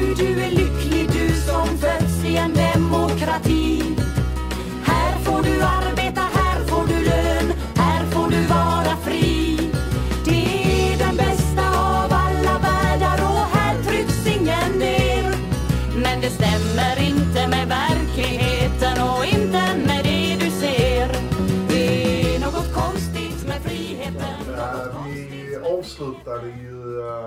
du är lycklig, du som föds i en demokrati. Här får du arbeta, här får du lön, här får du vara fri. Det är den bästa av alla världar och här trycks ingen ner. Men det stämmer inte med verkligheten och inte med det du ser. Det är något konstigt med friheten. Vi avslutade ju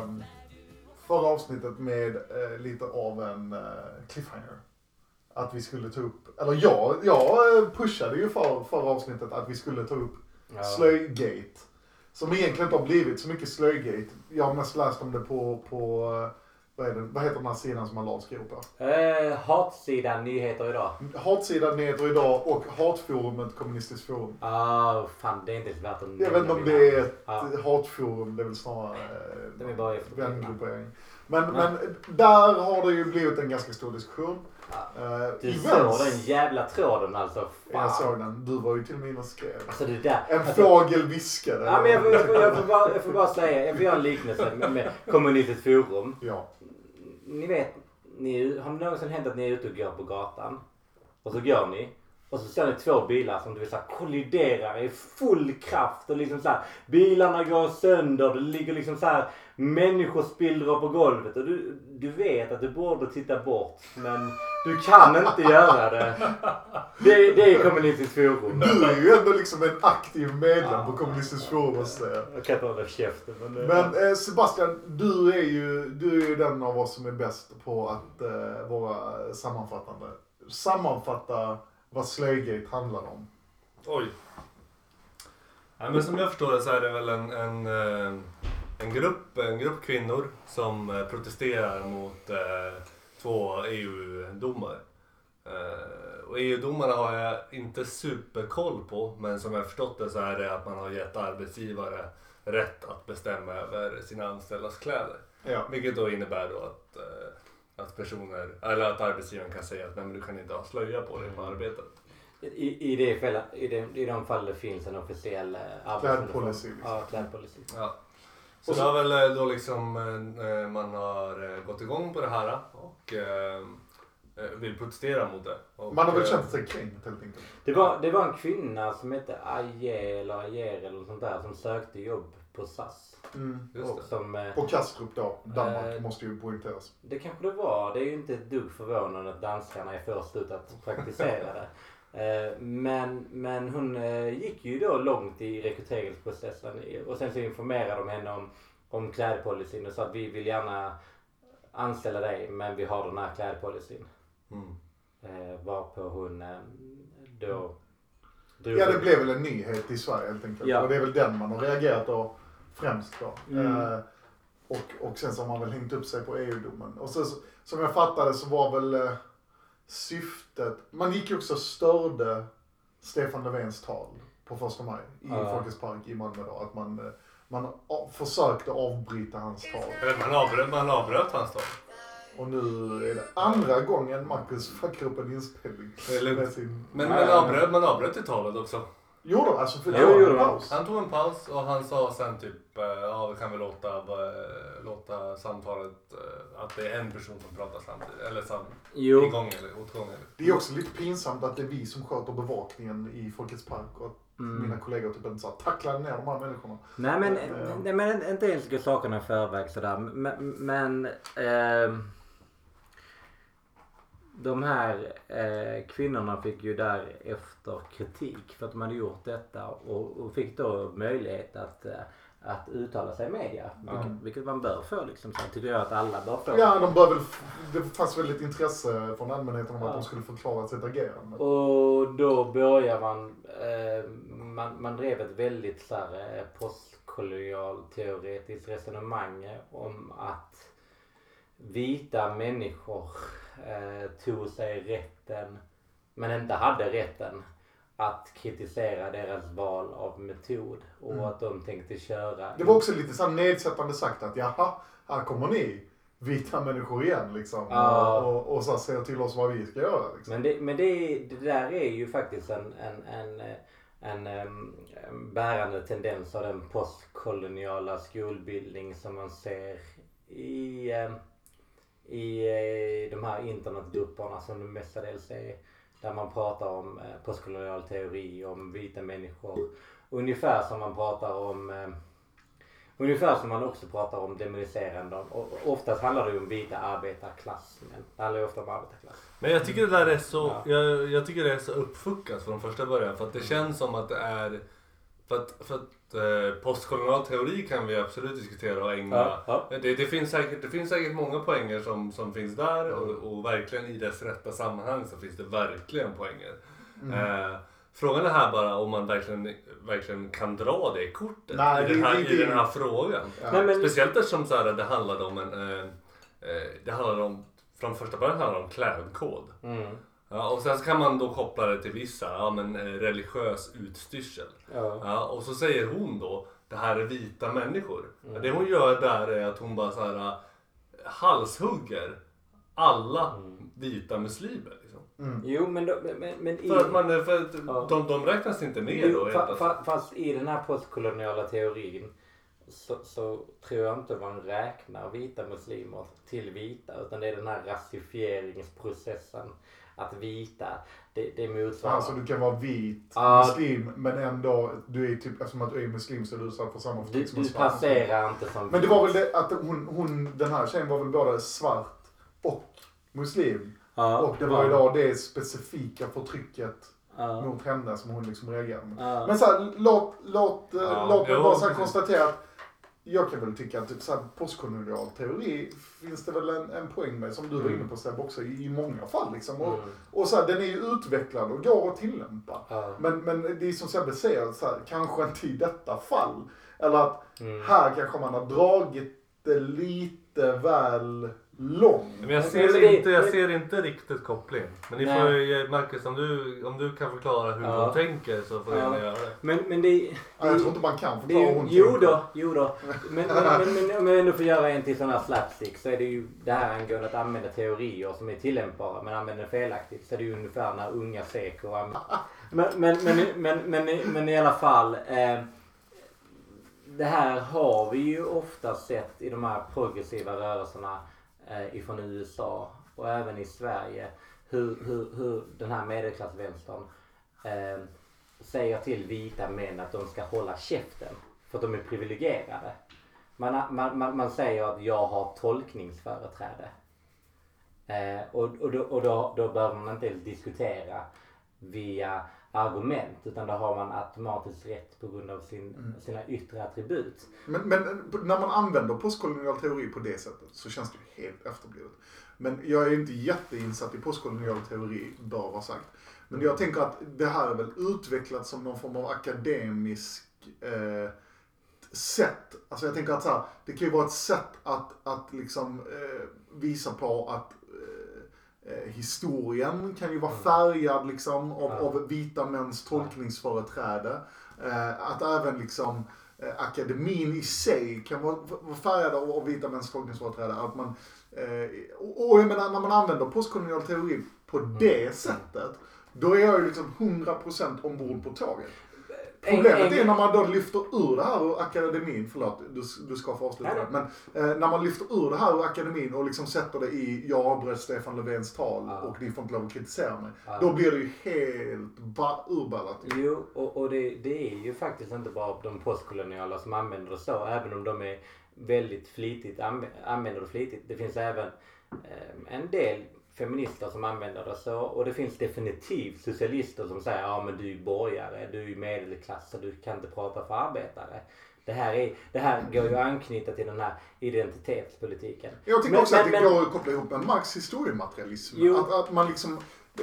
förra avsnittet med lite av en cliffhanger. Att vi skulle ta upp, eller jag pushade ju förra avsnittet att vi skulle ta upp Slöjgate. Som egentligen inte har blivit så mycket Slöjgate. Jag har mest läst om det på vad heter den här sidan som man Lars skriver på? Hatsidan Nyheter idag. Hatsidan Nyheter idag och Hatforumet Kommunistiskt forum. Fan det är inte värt att jag vet inte om det är ett hatforum, det är väl snarare vängruppering. Men där har det ju blivit en ganska stor diskussion. Du såg den jävla tråden alltså. Fan. Jag såg den, du var ju till och med inne och skrev. Alltså det där, en fågel viskade. Ja, men jag får bara säga, jag får göra en liknelse med Kommunistiskt forum. Ja. Ni vet, har det någonsin hänt att ni är ute och går på gatan? Och så går ni. Och så ser ni två bilar som du vill säga kolliderar i full kraft. Och liksom så här, bilarna går sönder. Det ligger liksom så här människospillror på golvet. Och du vet att du borde titta bort. Men du kan inte göra det. Det är Kommunistiskt forum. Du är ju ändå liksom en aktiv medlem på Kommunistiskt forum. Jag kan inte hålla käften. Men Sebastian, du är ju den av oss som är bäst på att vara sammanfattande. Sammanfatta vad Slöjgate handlar om. Oj. Ja, men som jag förstår det så är det väl en grupp kvinnor som protesterar mot 2 EU-domar. Och EU-domarna har jag inte superkoll på, men som jag förstått det så är det att man har gett arbetsgivare rätt att bestämma över sina anställdas kläder. Ja. Vilket då innebär då att personer, eller att arbetsgivaren kan säga att nej, men du kan inte ha slöja på dig på arbetet. I de fall det finns en officiell klädpolicy. Ja, klädpolicy. Ja. Så det har väl då liksom man har gått igång på det här och vill protestera mot det. Och, man har väl känt sig kränkt helt enkelt. Det var en kvinna som hette Ajer eller något sånt där som sökte jobb på SAS. Just det. På Kastrup då, Danmark måste ju poängteras. Det kanske det var. Det är ju inte ett dugg förvånande att danskarna är först ut att praktisera det. Men hon gick ju då långt i rekryteringsprocessen och sen så informerade de henne om klädpolicyn och sa att vi vill gärna anställa dig men vi har den här klädpolicyn. Varpå hon då... Ja, det blev väl en nyhet i Sverige helt enkelt. Ja. Och det är väl den man har reagerat då främst på. Och sen så har man väl hängt upp sig på EU-domen. Och så, som jag fattade så var väl syftet... Man gick ju också och störde Stefan Löfvens tal på 1 maj i Folkets park i Malmö då. Att man försökte avbryta hans tal. Eller man avbröt hans tal. Och nu är det andra gången Marcus fuckar upp en inspelning. Men man avbröt i talet också. Gjorde de? Alltså en paus. Han tog en paus och han sa sen typ vi kan väl låta samtalet att det är en person som pratar samtidigt eller igång eller åtgång. Det är också lite pinsamt att det är vi som sköter bevakningen i Folkets park och mina kollegor typ inte så tacklar ner de här människorna. Nej men inte ens gå sakerna i förväg sådär. Men de här kvinnorna fick ju därefter kritik för att de hade gjort detta och fick då möjlighet att uttala sig i media. Vilket man bör få liksom. Så tycker jag att alla bör få. Ja, det fanns väldigt intresse från allmänheten om att de skulle förklara sitt agerande. Och då börjar man drev ett väldigt så här postkolonial teoretiskt resonemang om att vita människor tog sig rätten men inte hade rätten att kritisera deras val av metod och att de tänkte köra. Det var också lite så nedsättande sagt att jaha, här kommer ni vita människor igen liksom och så säger till oss vad vi ska göra liksom. Men det där är ju faktiskt en bärande tendens av den postkoloniala skolbildning som man ser i de här internetgrupperna som det mestadels är, där man pratar om postkolonial teori, om vita människor. Ungefär som man pratar om ungefär som man också pratar om demoniserande. Och oftast handlar det om vita arbetarklass. Men det handlar ju ofta om arbetarklass. Men jag tycker det där är så, jag tycker det är så uppfuckat från första början. För att det känns som att det är, för att postkolonial teori kan vi absolut diskutera och ägna. Ja. Det finns säkert många poänger som finns där och verkligen i dess rätta sammanhang så finns det verkligen poänger. Frågan är här bara om man verkligen kan dra det kortet i den här frågan. Ja. Nej, Speciellt eftersom så här, det handlade om från första början handlade det om klädkod. Ja, och sen så kan man då koppla det till vissa religiös utstyrsel. Ja, och så säger hon då, det här är vita människor. Ja, det hon gör där är att hon bara så här halshugger alla vita muslimer. Liksom. Jo, men de räknas inte med då. Fast i den här postkoloniala teorin så tror jag inte man räknar vita muslimer till vita, utan det är den här rasifieringsprocessen. Att vita, det motsvarar... Alltså du kan vara vit muslim men ändå, du är typ, eftersom att du är muslim så är du utsatt för samma förtryck som en svart. Du passerar inte som men det var väl det att den här tjejen var väl både svart och muslim. Och det var ju då det specifika förtrycket mot henne som hon liksom reagerade med. Men så här, låt mig bara så här konstatera att jag kan väl tycka att typ, så här, postkolonial teori finns det väl en poäng med, som du var inne på Seb också, i många fall liksom. Och så här, den är ju utvecklad och går att tillämpa. Men det är som Sebbe säger, så här, kanske inte i detta fall. Eller att här kanske man har dragit det lite väl långt. Men jag ser inte riktigt koppling. Men ni får ju, Marcus, om du kan förklara hur de tänker så får jag göra det. Men det jag tror inte man kan förklara hur hon Jo då. Men om jag ändå får göra en till sån här slapstick så är det ju det här angående att använda teorier som är tillämpbara men använder felaktigt. Så det är ju ungefär när unga sekor men i alla fall det här har vi ju ofta sett i de här progressiva rörelserna ifrån USA och även i Sverige hur den här medelklassvänstern säger till vita män att de ska hålla käften för att de är privilegierade. Man säger att jag har tolkningsföreträde och då behöver man inte diskutera via argument utan då har man automatiskt rätt på grund av sina yttre attribut. Men när man använder postkolonial teori på det sättet så känns det ju helt efterblivet. Men jag är inte jätteinsatt i postkolonial teori, bör vara sagt. Men jag tänker att det här är väl utvecklat som någon form av akademisk sätt. Alltså jag tänker att så här, det kan ju vara ett sätt att liksom visa på att historien kan ju vara färgad liksom av vita mäns tolkningsföreträde. Att även liksom akademin i sig kan vara färgad av vita mäns tolkningsföreträde. Att man, och jag menar, när man använder postkolonial teori på det sättet, då är jag ju liksom 100% ombord på tåget. Problemet är när man då lyfter ur det här ur akademin, förlåt, du ska få avsluta det. Men när man lyfter ur det här ur akademin och liksom sätter det i jag avbröt Stefan Löfvens tal och ni får inte lov att kritisera mig. Då blir det ju helt urballat. Jo, och det är ju faktiskt inte bara de postkoloniala som använder det så, även om de är väldigt flitigt, använder det flitigt. Det finns även en del feminister som använder det så, och det finns definitivt socialister som säger ja men du är borgare, du är medelklass, du kan inte prata för arbetare. Det här går ju att anknyta till den här identitetspolitiken. Jag tycker också att det går att koppla ihop med Marx historiematerialism. Att man liksom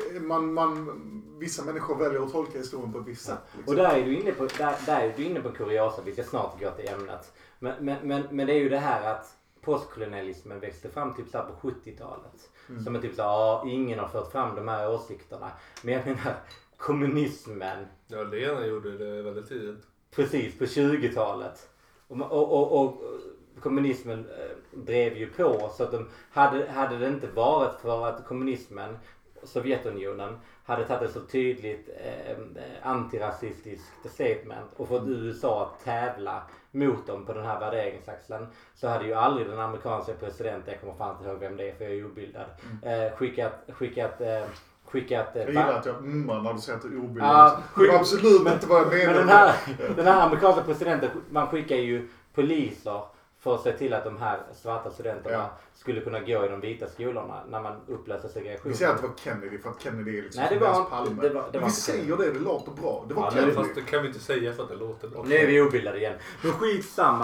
vissa människor väljer att tolka historien på ett visst sätt. Liksom. Och där är du inne på kuriosa, vi ska snart gå till ämnet. Men det är ju det här att postkolonialismen växte fram typ så här på 70-talet. Som är typ så här, ingen har fört fram de här åsikterna. Men jag menar, kommunismen. Ja, Lenin gjorde det väldigt tidigt. Precis, på 20-talet. Och kommunismen drev ju på så att hade det inte varit för att kommunismen Sovjetunionen hade tagit ett så tydligt antirasistiskt statement och fått USA att tävla mot dem på den här värderingsaxeln, så hade ju aldrig den amerikanska presidenten, jag kommer fan inte ihåg vem det är för jag är obildad, skickat jag gillar att jag när du säger att du är obildad. Det var absolut inte vad jag menade. Men den här amerikanska presidenten, man skickar ju poliser för att se till att de här svarta studenterna skulle kunna gå i de vita skolorna när man upplöser segregation. Vi säger att det var Kennedy för att Kennedy är liksom Nej, det var Palme. det var vi säger det låter bra. Det var ja, Kennedy. Fast det kan vi inte säga för att det låter bra. Nu är vi obildade igen. Men skitsamma.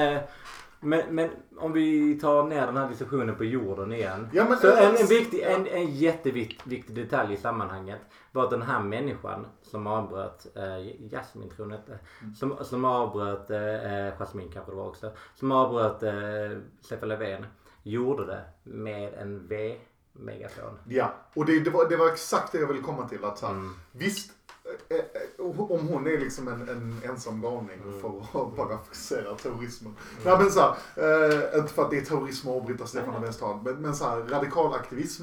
Men om vi tar ner den här diskussionen på jorden igen. Ja, men så en jätteviktig detalj i sammanhanget var att den här människan som avbröt Jasmin, tror jag inte. Som avbröt Jasmin kanske det var också. Som avbröt Stefan Löfven gjorde det med en V-megafon. Ja, och det var exakt det jag ville komma till. Att visst, om hon är liksom en ensam galning för att bara fokusera terrorismen. Nej, men så här, inte för att det är terrorism att avbryta Stefan Löfvens tal, men så här, radikal aktivism.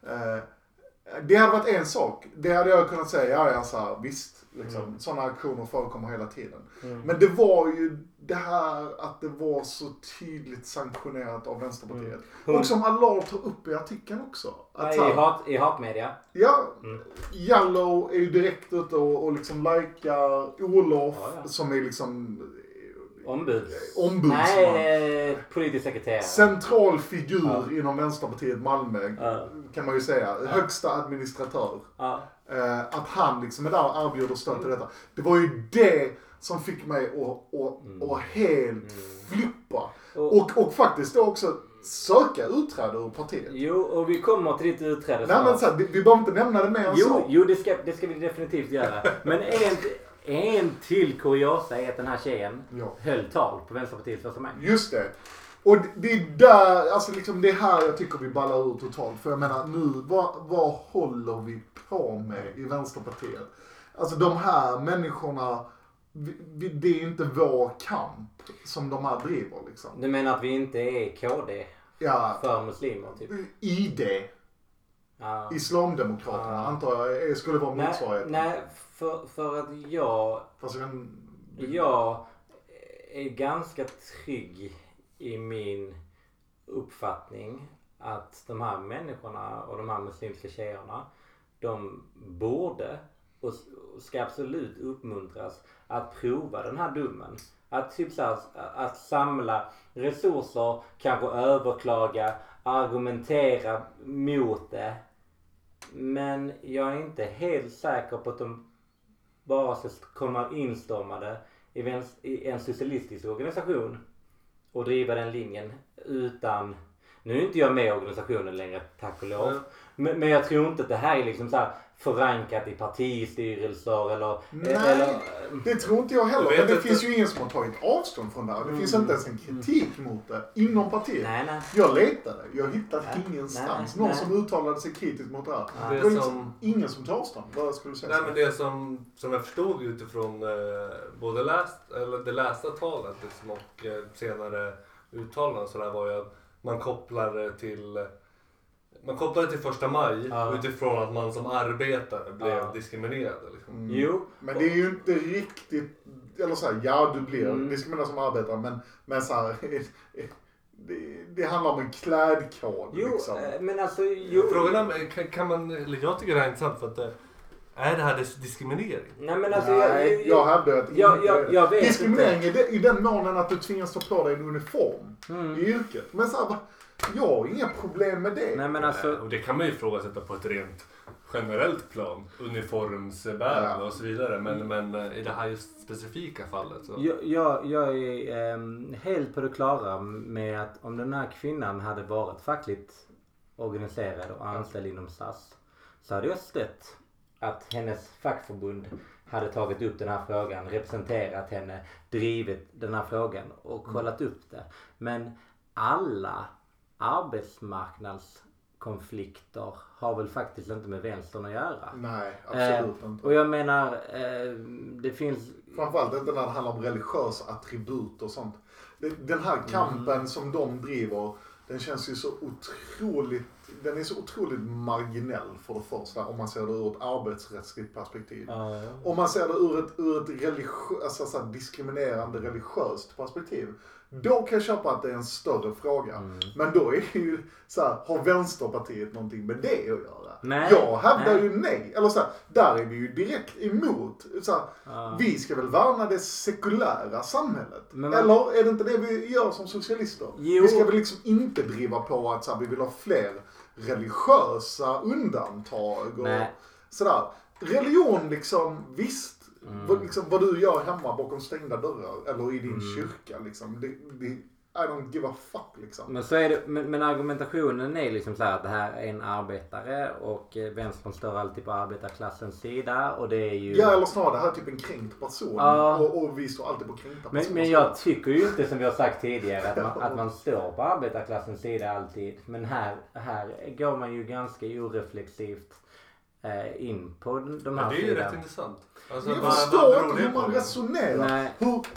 Det hade varit en sak. Det hade jag kunnat säga, så här, visst, liksom, sådana aktioner förekommer hela tiden. Men det var ju det här att det var så tydligt sanktionerat av Vänsterpartiet. Och som Allah tar upp i artikeln också. Att, I hatmedia. Ja, Jallow är ju direkt ute och liksom likar Olof som är liksom ombudsman. Nej, politisk sekreterare. Central figur inom Vänsterpartiet Malmö kan man ju säga. Högsta administratör. Att han liksom är där och erbjuder stöd till detta. Det var ju det som fick mig att helt flippa. Och faktiskt då också söka utträde ur partiet. Jo, och vi kommer till ditt utträde. Nej, men så här, vi behöver inte nämna det mer än så. Jo, det ska vi definitivt göra. Men en till kuriosa är att den här tjejen höll tal på Vänsterpartiets första maj. Just det. Och det är där, alltså liksom det här jag tycker vi ballar ur totalt. För jag menar nu, vad håller vi på med i Vänsterpartiet? Alltså de här människorna, det är inte vår kamp som de här driver liksom. Du menar att vi inte är KD för muslimer typ? ID. Islamdemokraterna antar jag skulle vara motsvarighet. Nej, för att jag är ganska trygg i min uppfattning att de här människorna och de här muslimska tjejerna, de borde och ska absolut uppmuntras att prova den här domen. Att typ så här, att samla resurser, kanske överklaga, argumentera mot det. Men jag är inte helt säker på att de bara ska komma instormade i en socialistisk organisation och driva den linjen utan... Nu är inte jag med i organisationen längre, tack och lov. Men jag tror inte att det här är liksom så här förankrat i partistyrelser eller... Nej, eller, det tror inte jag heller. Men det finns ju ingen som har tagit avstånd från det här. Det finns inte ens en kritik mot det inom partiet. Nej. Jag letade. Jag hittade ingenstans. Någon som uttalade sig kritiskt mot det här. Det var liksom ingen som tar avstånd. Vad skulle du säga? Nej, men det som jag förstod utifrån både det lästa talet och senare uttalanden så där var ju att man kopplade till första maj utifrån att man som arbetare blev diskriminerad. Liksom. Jo. Men det är ju inte riktigt, eller så här, du blir diskriminerad som arbetare, men så här, det handlar om en klädkod. Jo, liksom. men alltså... Frågan är, kan man, eller jag tycker det är intressant för att är det här diskriminering? Nej, men alltså... jag hävdar att jag vet diskriminering är i den månen att du tvingas ta på dig en uniform i yrket. Men så här, jag har inga problem med det. Nej, men alltså... Och det kan man ju ifrågasätta på ett rent generellt plan. Uniformsbärande och så vidare. Men i det här just specifika fallet så... Jag är helt på det klara med att om den här kvinnan hade varit fackligt organiserad och anställd inom SAS så hade jag stött att hennes fackförbund hade tagit upp den här frågan, representerat henne, drivit den här frågan och kollat upp det. Men alla arbetsmarknadskonflikter har väl faktiskt inte med vänstern att göra. Nej, absolut inte. Och jag menar, det finns... Framförallt inte när det handlar om religiösa attribut och sånt. Den här kampen som de driver, den känns ju så otroligt den är så otroligt marginell för det första om man ser det ur ett arbetsrättsligt perspektiv. Om man ser det ur ett diskriminerande religiöst perspektiv. Då kan jag köpa att det är en större fråga. Men då är det ju har Vänsterpartiet någonting med det att göra? Nej. Jag hävdar ju nej. Eller där är vi ju direkt emot. Vi ska väl värna det sekulära samhället. Eller är det inte det vi gör som socialister? Jo. Vi ska väl liksom inte driva på att vi vill ha fler religiösa undantag och sådär. Religion liksom, visst. Vad du gör hemma bakom stängda dörrar eller i din kyrka liksom. I don't give a fuck liksom. Men så är det, men argumentationen är liksom så här att det här är en arbetare och vänstern står alltid på arbetarklassens sida och det är ju... Ja, eller snarare det här är typ en kränkt person och vi står alltid på kränkta personer. Men jag tycker ju inte som vi har sagt tidigare att man står på arbetarklassens sida alltid. Men här går man ju ganska oreflexivt in på de här det är ju rätt intressant. Alltså, jag förstår inte hur man resonerar.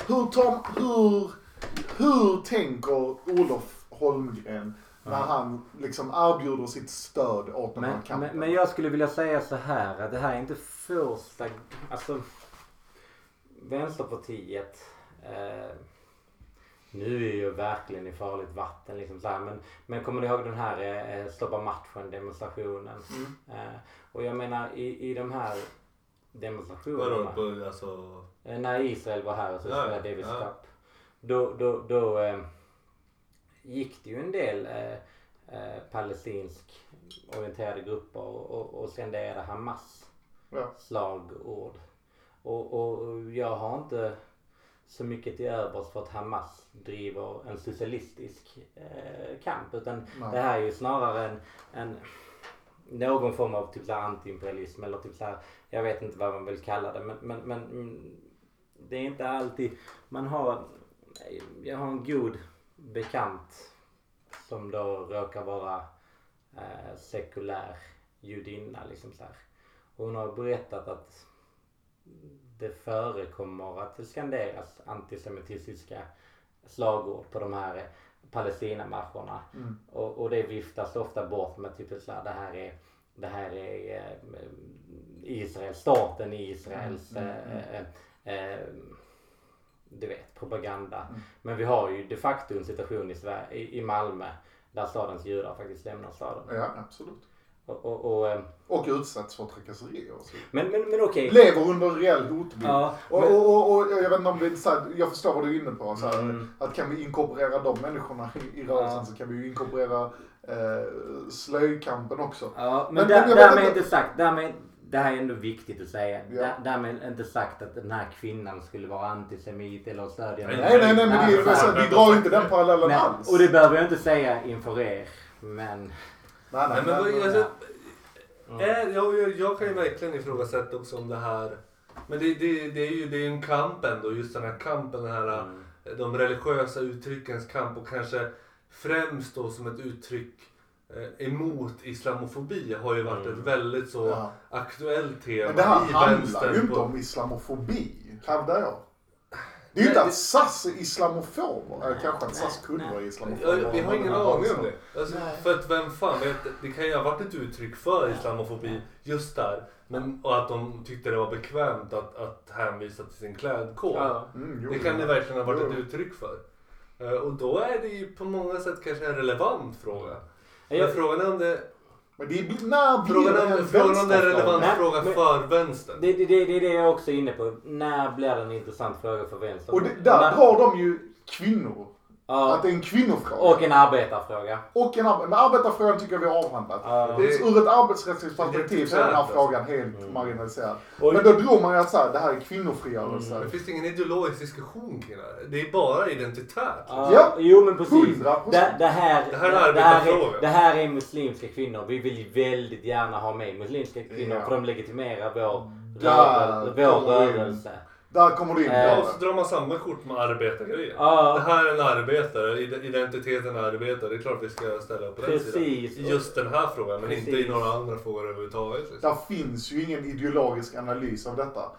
Hur tänker Olof Holmgren när han liksom erbjuder sitt stöd åt den här kampen? Men jag skulle vilja säga så här att det här är inte första... Alltså, Vänsterpartiet... nu är ju verkligen i farligt vatten liksom så här, men kommer ni ihåg den här stoppa matchen demonstrationen? Och jag menar i de här demonstrationerna när Israel var här och så spelade Davis Cup då gick det ju en del palestinsk orienterade grupper och sänderade Hamas slagord och jag har inte så mycket till övers för att Hamas driver en socialistisk kamp utan det här är ju snarare en någon form av typ så här antiimperialism eller typ så här, jag vet inte vad man vill kalla det men det är inte alltid jag har en god bekant som då råkar vara sekulär judinna liksom så här. Och hon har berättat att det förekommer att det skanderas antisemitistiska slagord på de här Palestinamarscherna. Och det viftas ofta bort med typ så här, det här är Israel, staten i Israels du vet, propaganda. Men vi har ju de facto en situation i Malmö där stadens judar faktiskt lämnar staden. Ja, absolut. Och utsätts för trakasserier och så. Men okej. Lever under reell hotbild. Ja, och jag vet inte om det är så här, jag förstår vad du är inne på. Så här, att kan vi inkorporera de människorna i rörelsen så kan vi ju inkorporera slöjkampen också. Ja, men därmed inte sagt, det här är ändå viktigt att säga. Ja. Därmed inte sagt att den här kvinnan skulle vara antisemit eller stödja. Nej, men vi drar inte den parallellen alls. Och det behöver jag inte säga inför er, men... Jag kan ju verkligen ifrågasätta också om det här. Men det är ju en kamp ändå, just den här kampen, de religiösa uttryckens kamp och kanske främst då som ett uttryck emot islamofobi har ju varit ett väldigt så aktuellt tema. Men det här handlar ju inte om islamofobi, hävdar jag. Det är ju inte att SAS är islamofober. Eller kanske att SAS kunde vara islamofober. Vi har ingen aning om det. Alltså, för att vem fan vet, det kan ju ha varit ett uttryck för islamofobi just där. Och att de tyckte det var bekvämt att hänvisa till sin klädkod. Det kan det verkligen ha varit ett uttryck för. Och då är det ju på många sätt kanske en relevant fråga. Men frågan är om det... Frågan om det är en relevant fråga för vänstern. Det är det jag också är inne på. När blir det en intressant fråga för vänstern? Och där har de ju kvinnor. Att det är en kvinnofråga. Och en arbetarfråga. Men arbetarfrågan tycker jag vi har avhandlat. Ur ett arbetsrättsligt perspektiv så är den här frågan helt marginaliserad. Men då tror man ju att så här, det här är kvinnofrigörelse. Det finns ingen ideologisk diskussion kring det. Det är bara identitärt. Jo men precis. Det här är muslimska kvinnor. Vi vill väldigt gärna ha med muslimska kvinnor för de legitimerar vår rörelse. Där kommer du in. Och så drar man samma kort med arbetargrejen. Det här är en arbetare, identiteten är arbetare. Det är klart vi ska ställa upp på den sidan. I just den här frågan, men inte i några andra frågor överhuvudtaget. Där finns ju ingen ideologisk analys av detta.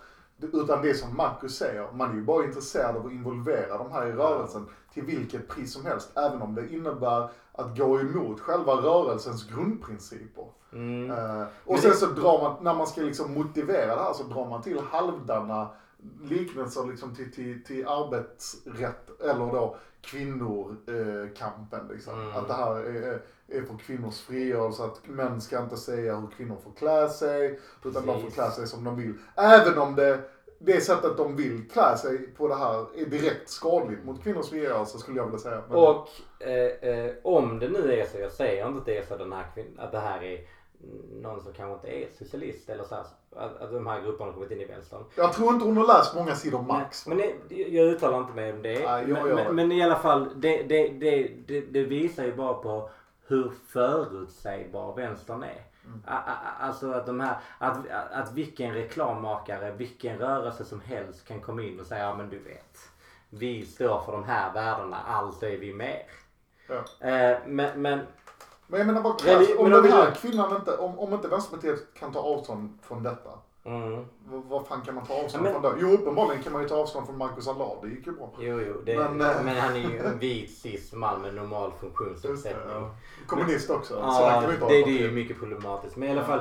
Utan det som Marcus säger, man är ju bara intresserad av att involvera de här i rörelsen till vilket pris som helst. Även om det innebär att gå emot själva rörelsens grundprinciper. Och sen så drar man, när man ska liksom motivera det här, så drar man till halvdana liknelser liksom till arbetsrätt eller då kvinnorkampen liksom. Att det här är för kvinnors frigörelse, att män ska inte säga hur kvinnor får klä sig, utan de får klä sig som de vill. Även om det sättet de vill klä sig på det här är direkt skadligt mot kvinnors frigörelse, skulle jag vilja säga. Men och om det nu är så, jag säger inte att det är så att det här är någon som kanske inte är socialist eller så här, att de här grupperna har kommit in i vänstern. Jag tror inte hon har läst många sidor Marx. Men jag uttalar inte mig om det. Nej, men i alla fall, det visar ju bara på hur förutsägbar vänstern är. Alltså att att vilken reklammakare, vilken rörelse som helst kan komma in och säga, ja men du vet, vi står för de här värdena, alltså är vi med. Ja. Men jag menar bara krävs, om den här kvinnan inte, om inte Vänsterpartiet kan ta avstånd från detta. Vad fan kan man ta avstånd från det? Jo, uppenbarligen kan man ju ta avstånd från Marcus Allard, det gick ju bra. Jo, men han är ju en vit cis man med normal funktionsuppsättning. Kommunist också. Ja, det är ju mycket problematiskt. Men i alla fall,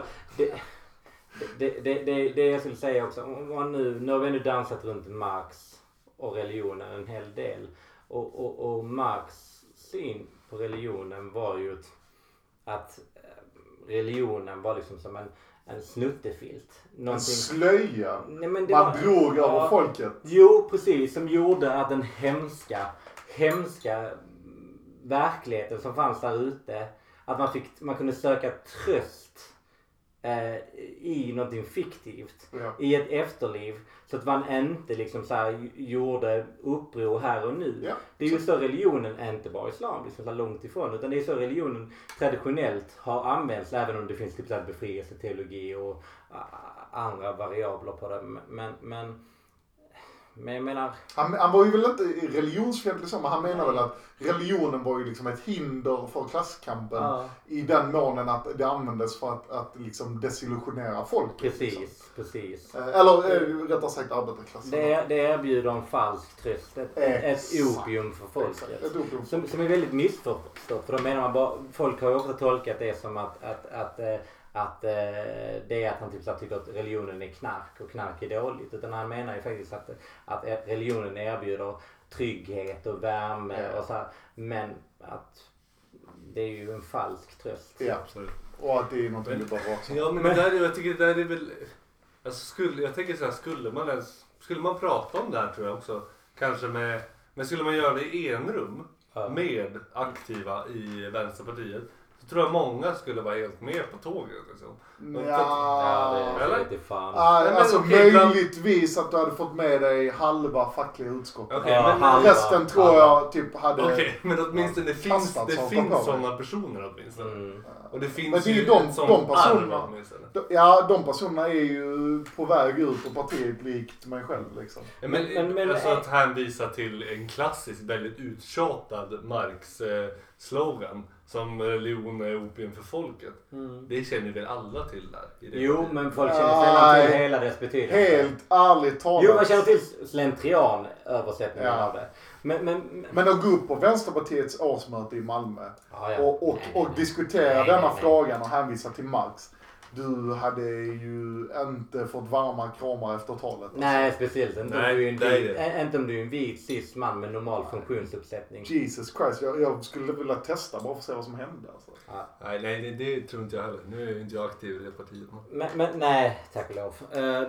det jag skulle säga också, nu har vi dansat runt Marx och religionen en hel del. Och Marx syn på religionen var ju att religionen var liksom som en snuttefilt. En slöja. Nej, men man drog över folket. Jo, precis. Som gjorde att den hemska verkligheten som fanns där ute, att man kunde söka tröst i någonting fiktivt, i ett efterliv, så att man inte liksom så här gjorde uppror här och nu. Ja. Det är ju så religionen, inte bara islam, liksom så långt ifrån, utan det är så religionen traditionellt har använts, även om det finns typ så här befrielseteologi och andra variabler på det. Men jag menar... Han var ju väl inte religionsfientlig så, men han menar väl att religionen var ju liksom ett hinder för klasskampen i den månen att det användes för att liksom desillusionera folk. Precis. Eller rättare sagt arbetarklassen. Det erbjuder en falsk tröst, ett opium för folket. Som är väldigt missförstått, för då menar man bara, folk har ju också tolkat det som att det är att han typ tycker att religionen är knark och knark är dåligt, utan han menar ju faktiskt att religionen erbjuder trygghet och värme och så här, men att det är ju en falsk tröst. Ja, absolut. Och att det är någonting du bara också. Ja, men jag tycker det där är väl, alltså jag tänker så här, skulle man prata om det här, tror jag också, kanske men skulle man göra det i enrum med aktiva i Vänsterpartiet, så tror jag många skulle vara helt med på tåget liksom. Möjligtvis att du hade fått med dig halva fackliga utskottet. Men resten tror jag typ hade... Okej, men åtminstone det finns sådana personer åtminstone. Och det finns men det är ju de personerna. De personerna är ju på väg ut på partiet likt mig själv liksom. Men alltså att hänvisa till en klassisk, väldigt uttjatad Marx-slogan som religion är opium för folket. Det känner väl alla till där. Jo, men folk känner sällan till hela dess betydelse. Helt ärligt talat. Jo, man känner till slentrian översättningen av det. Men att gå upp på Vänsterpartiets årsmöte i Malmö och diskutera denna frågan och hänvisa till Marx. Du hade ju inte fått varma kramar efter talet. Alltså. Nej, speciellt inte om du är en vit cis man med normal funktionsuppsättning. Jesus Christ, jag skulle vilja testa bara för att se vad som hände. Alltså. Nej, det tror inte jag heller. Nu är inte jag aktiv i det partiet. Men nej, tack och lov.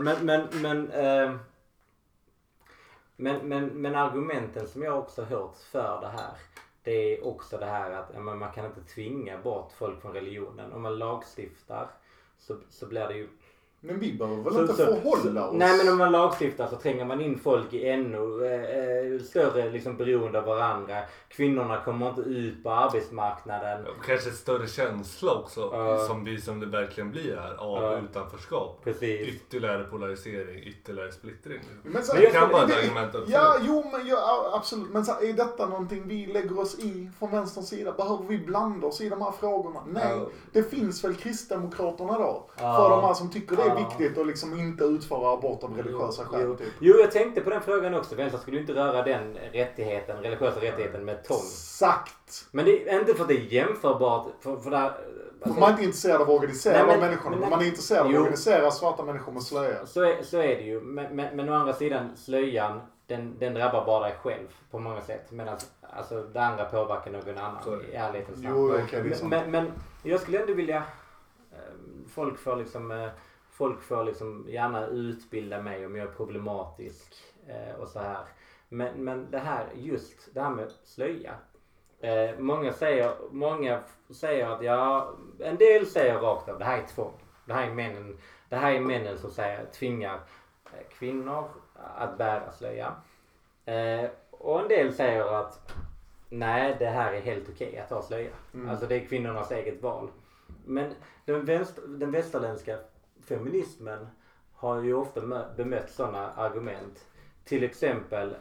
Men argumenten som jag också hört för det här, det är också det här att man kan inte tvinga bort folk från religionen. Om man lagstiftar så blir det ju... Men vi behöver väl inte förhålla oss? Nej, men om man lagstiftar så tränger man in folk i ännu större liksom, beroende av varandra. Kvinnorna kommer inte ut på arbetsmarknaden. Kanske större känsla också som det verkligen blir här av utanförskap. Precis. Ytterligare polarisering, ytterligare splittring. Men det kan vara ett argument också. Ja, jo, men absolut. Men så, är detta någonting vi lägger oss i från vänsterns sida? Behöver vi blanda oss i de här frågorna? Nej, det finns väl Kristdemokraterna då. För de här som tycker det är viktigt att liksom inte utföra abort av religiösa skäl. Typ. Jo, jag tänkte på den frågan också. Vänstern skulle inte röra den rättigheten, religiösa rättigheten med tång. Exakt. Men det är inte för att det är jämförbart. För där, alltså, man är inte intresserad av att organisera människorna. Men man är intresserad av att organisera svarta människor med slöja. Så är det ju. Men å andra sidan, slöjan, den drabbar bara dig själv på många sätt. Medan alltså, det andra påverkar någon annan i ärlighetens namn. Men jag skulle ändå vilja... Folk får liksom gärna utbilda mig om jag är problematisk och så här. Men det här med slöja. Många säger att en del säger rakt av det här är tvång. Det här är männen som tvingar kvinnor att bära slöja. Och en del säger att nej, det här är helt okej att ha slöja. Alltså det är kvinnornas eget val. Men den västerländska feminismen har ju ofta bemött sådana argument. Till exempel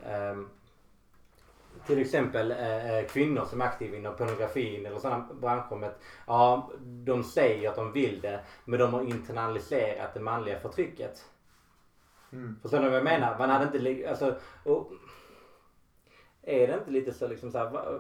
kvinnor som är aktiva inom pornografin eller sådana branscher med att de säger att de vill det, men de har internaliserat det manliga förtrycket. Förstår du vad jag menar? Man hade inte alltså, och är det inte lite så liksom så här,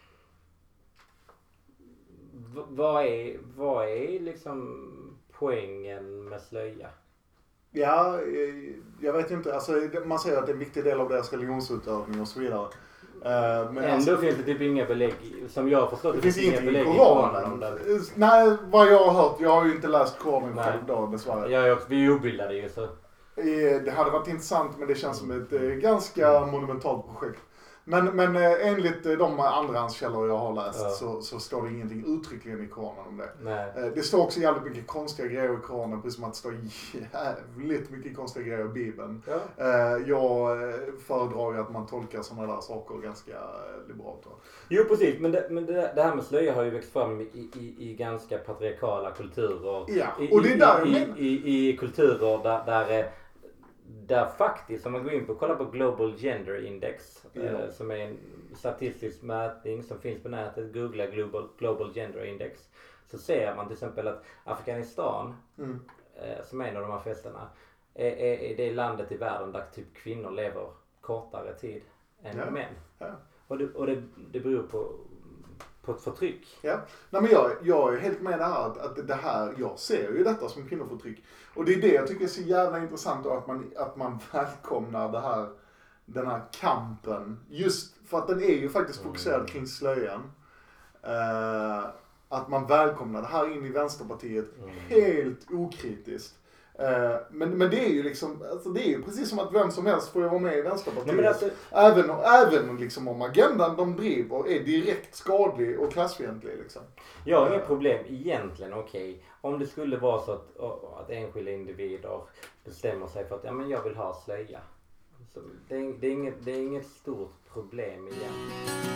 vad är liksom poängen med slöja? Ja, jag vet inte. Alltså, man säger att det är en viktig del av deras religionsutövning och så vidare. Men ändå alltså, finns det typ inga belägg, som jag har förstått. Det finns inga belägg i Koranen. Nej, vad jag har hört. Jag har ju inte läst Koranen själv då, dessvärre. Vi är obildade ju så. Det hade varit intressant, men det känns som ett ganska monumentalt projekt. Men enligt de andrahandskällor jag har läst så står det ingenting uttryckligen i Koranen om det. Nej. Det står också jävligt mycket konstiga grejer i Koranen, precis som att det står jävligt mycket konstiga grejer i Bibeln. Ja. Jag föredrar att man tolkar sådana där saker ganska liberalt. Jo, precis. Men det här med slöja har ju växt fram i ganska patriarkala kulturer. Ja, och det är där i kulturer där faktiskt, om man går in på och kollar på Global Gender Index, som är en statistisk mätning som finns på nätet, googla Global Gender Index, så ser man till exempel att Afghanistan, som är en av de här festerna, är det landet i världen där typ kvinnor lever kortare tid än män. Ja. Och det beror på ett förtryck. Ja. Nej, men jag är helt med här att det här, jag ser ju detta som kvinnoförtryck. Och det är det jag tycker är så jävla intressant, att man välkomnar den här kampen. Just för att den är ju faktiskt fokuserad kring slöjan. Att man välkomnar det här in i Vänsterpartiet helt okritiskt. Men det är ju liksom, alltså det är ju precis som att vem som helst får vara med i Vänsterpartiet. Nej, alltså, även liksom om agendan de driver är direkt skadlig och klassfientlig liksom. Jag har inget problem egentligen, okej. Om det skulle vara så att enskilda individer bestämmer sig för att jag vill ha slöja. Så det är inget stort problem egentligen.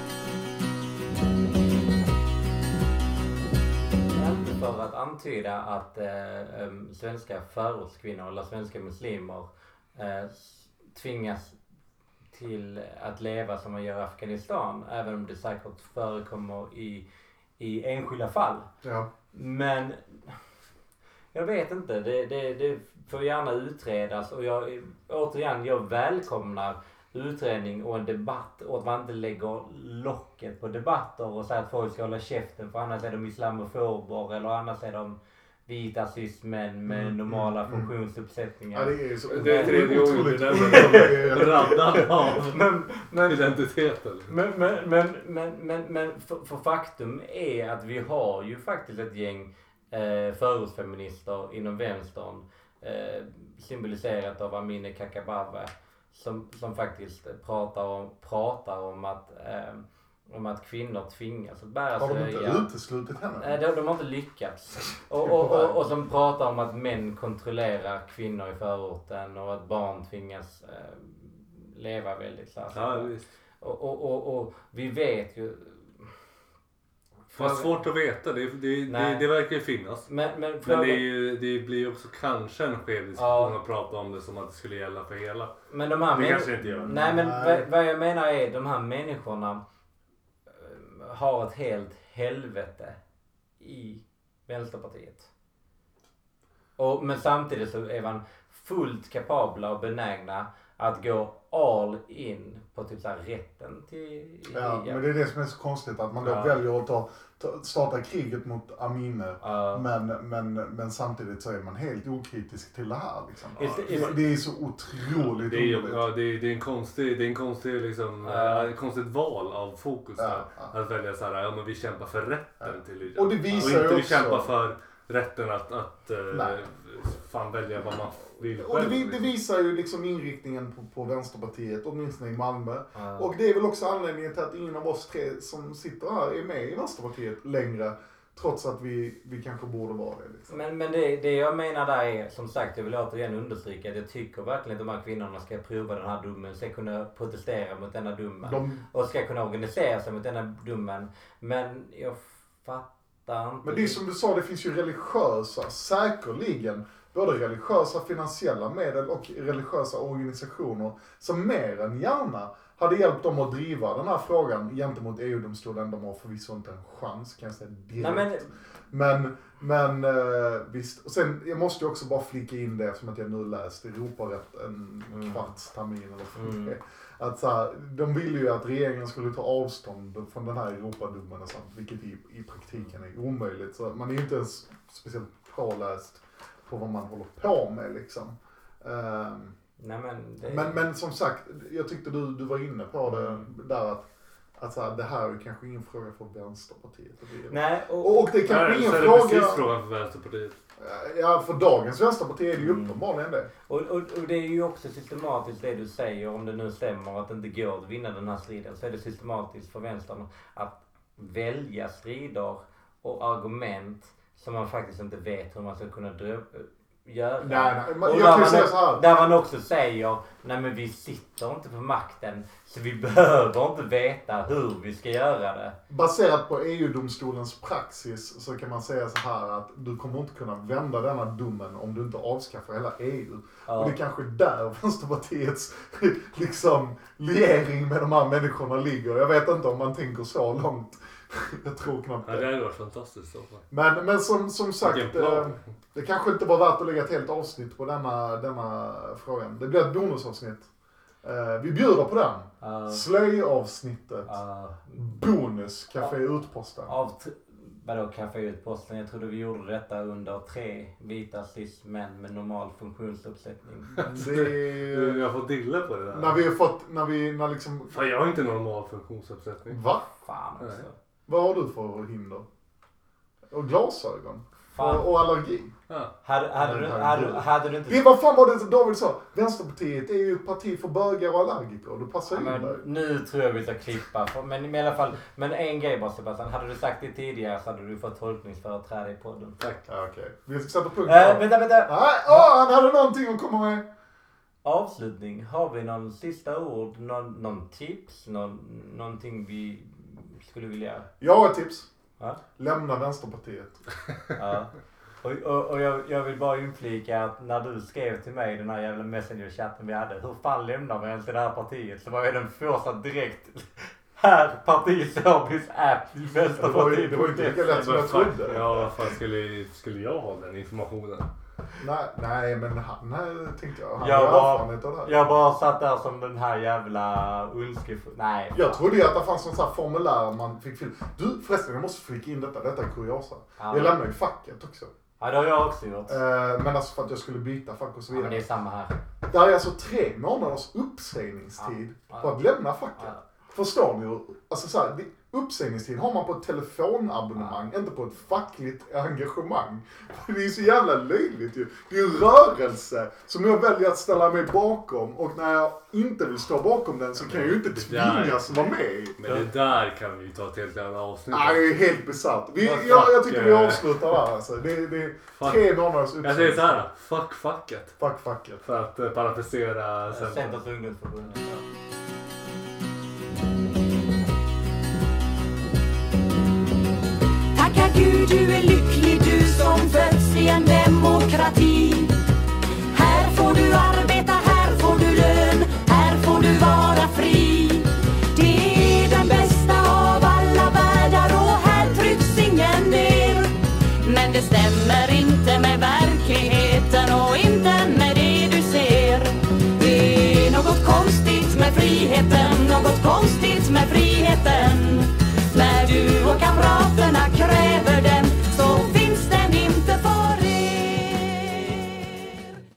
För att antyda att svenska förortskvinnor eller svenska muslimer tvingas till att leva som man gör i Afghanistan, även om det säkert förekommer i enskilda fall. Ja. Men jag vet inte, det får gärna utredas, och jag välkomnar utredning och en debatt, och att man inte lägger locket på debatter och säger att folk ska hålla käften, för annars är de islamofober eller annars är de vita cis-män med normala funktionsuppsättningar. Ja, det är så. Det är tredje gången du nämner raddad av identiteten. Men för faktum är att vi har ju faktiskt ett gäng förortsfeminister inom vänstern, symboliserat av Amineh Kakabaveh, som faktiskt pratar om att kvinnor tvingas att bära slöja. Har de inte uteslutit henne? De har inte lyckats. Och som pratar om att män kontrollerar kvinnor i förorten och att barn tvingas leva väldigt så. Ja, visst. Och vi vet ju, Fast svårt att veta, det verkar ju finnas. Men det blir ju också kanske en skev diskussion att prata om det som att det skulle gälla för hela. Men de här det kanske inte gör. Nej, men vad jag menar är de här människorna har ett helt helvete i Vänsterpartiet. Men samtidigt så är man fullt kapabla och benägna att gå all in på typ så här rätten till... men det är det som är så konstigt att man då väljer att starta kriget mot Amine men samtidigt så är man helt okritisk till det här liksom. Det är så otroligt det är en konstig liksom, konstigt val av fokus att välja så här, men vi kämpar för rätten till och det visar och inte vi kämpar för rätten att fan välja vad man vill och själv. Det visar ju liksom inriktningen på Vänsterpartiet, åtminstone i Malmö. Och det är väl också anledningen till att ingen av oss tre som sitter här är med i Vänsterpartiet längre. Trots att vi kanske borde vara det. Liksom. Men det jag menar där är, som sagt, jag vill återigen understryka att jag tycker verkligen att de här kvinnorna ska prova den här domen, ska kunna protestera mot denna domen och ska kunna organisera sig mot denna domen. Men jag fattar inte. Men det är som du sa, det finns ju religiösa, säkerligen, både religiösa finansiella medel och religiösa organisationer som mer än gärna hade hjälpt dem att driva den här frågan gentemot EU-domstolen. De har förvisso inte en chans, kan jag säga direkt. Men visst. Och sen, jag måste ju också bara flika in det eftersom att jag nu läst Europarätt en kvarts termin eller för att så här, de ville ju att regeringen skulle ta avstånd från den här Europadomen och sånt, vilket i praktiken är omöjligt. Så man är ju inte ens speciellt påläst på vad man håller på med liksom. Men som sagt, jag tyckte du var inne på det där att så här, det här är kanske ingen fråga för Vänsterpartiet. Nej, och det är kanske ingen fråga. Det är precis frågan för Vänsterpartiet. Ja, för dagens Vänsterparti är det ju uppenbarligen det. Och det är ju också systematiskt det du säger, om det nu stämmer att det inte går att vinna den här striden, så är det systematiskt för vänstern att välja strider och argument som man faktiskt inte vet hur man ska kunna göra. Nej. Jag kan säga så här. Där man också säger, nej men vi sitter inte på makten så vi behöver inte veta hur vi ska göra det. Baserat på EU-domstolens praxis så kan man säga så här att du kommer inte kunna vända denna domen om du inte avskaffar hela EU. Ja. Och det är kanske där Vänsterpartiets liksom liering med de här människorna ligger. Jag vet inte om man tänker så långt. Jag tror knappt det. Ja, det hade varit fantastiskt. Men som sagt, det kanske inte var värt att lägga ett helt avsnitt på denna frågan. Det blir ett bonusavsnitt. Vi bjuder på den. Slöjavsnittet. Bonus, Café Utposten. Vadå Café Utposten? Jag trodde vi gjorde detta under 3 vita cis-män med normal funktionsuppsättning. Jag får dilla på det där. När liksom... Fan, jag har inte normal funktionsuppsättning. Va? Fan också. Vad har du för hinder? Och glasögon? Och allergi? Ja. Hade du inte... Vad fan var det David sa? Vänsterpartiet är ju ett parti för bögar och allergiker. Du passar in där. Nu tror jag vi ska klippa. Men i alla fall, men en grej bara Sebastian. Hade du sagt det tidigare så hade du fått tolkningsföreträde i podden. Tack. Ja, okej. Vi ska sätta punkt. Vänta. Han hade någonting att komma med. Avslutning. Har vi någon sista ord? Någon tips? Någonting vi skulle vilja... Jag har ett tips. Ja? Lämna Vänsterpartiet. Ja. Och jag vill bara inflika att när du skrev till mig den här jävla messenger-chatten vi hade, hur fan lämnar vi ens till det här partiet? Så var jag den första direkt här partiservice app i Vänsterpartiet. Det var inte lika lätt som jag trodde. Ja, vad fan skulle jag ha den informationen? Nej, men han tänkte jag. Jag bara satt där som den här jävla Nej. Jag trodde ju att det fanns en sån här formulär man fick fylla. Du, förresten, jag måste flika in detta. Detta är kuriosa. Ja. Jag lämnade ju facket också. Ja, det har jag också gjort. Men alltså för att jag skulle byta fack och så vidare. Ja, men det är samma här. Det är alltså 3 månaders uppsägningstid på att lämna facket. Ja. Förstår ni? Alltså så här, uppsägningstid har man på ett telefonabonnemang, inte på ett fackligt engagemang. Det är så jävla löjligt ju. Det är en rörelse som jag väljer att ställa mig bakom, och när jag inte vill stå bakom den så kan jag ju inte tvingas vara med. Men det där kan vi ju ta ett helt annat avsnitt. Nej, det är helt besatt. Jag tycker vi avslutar där alltså. Det är 3 månaders uppsägningstid. Jag säger så här, fuck facket. Fuck facket. För att parafrasera Centers ungdomsförbund. Gud, du är lycklig, du som fötts i en demokrati.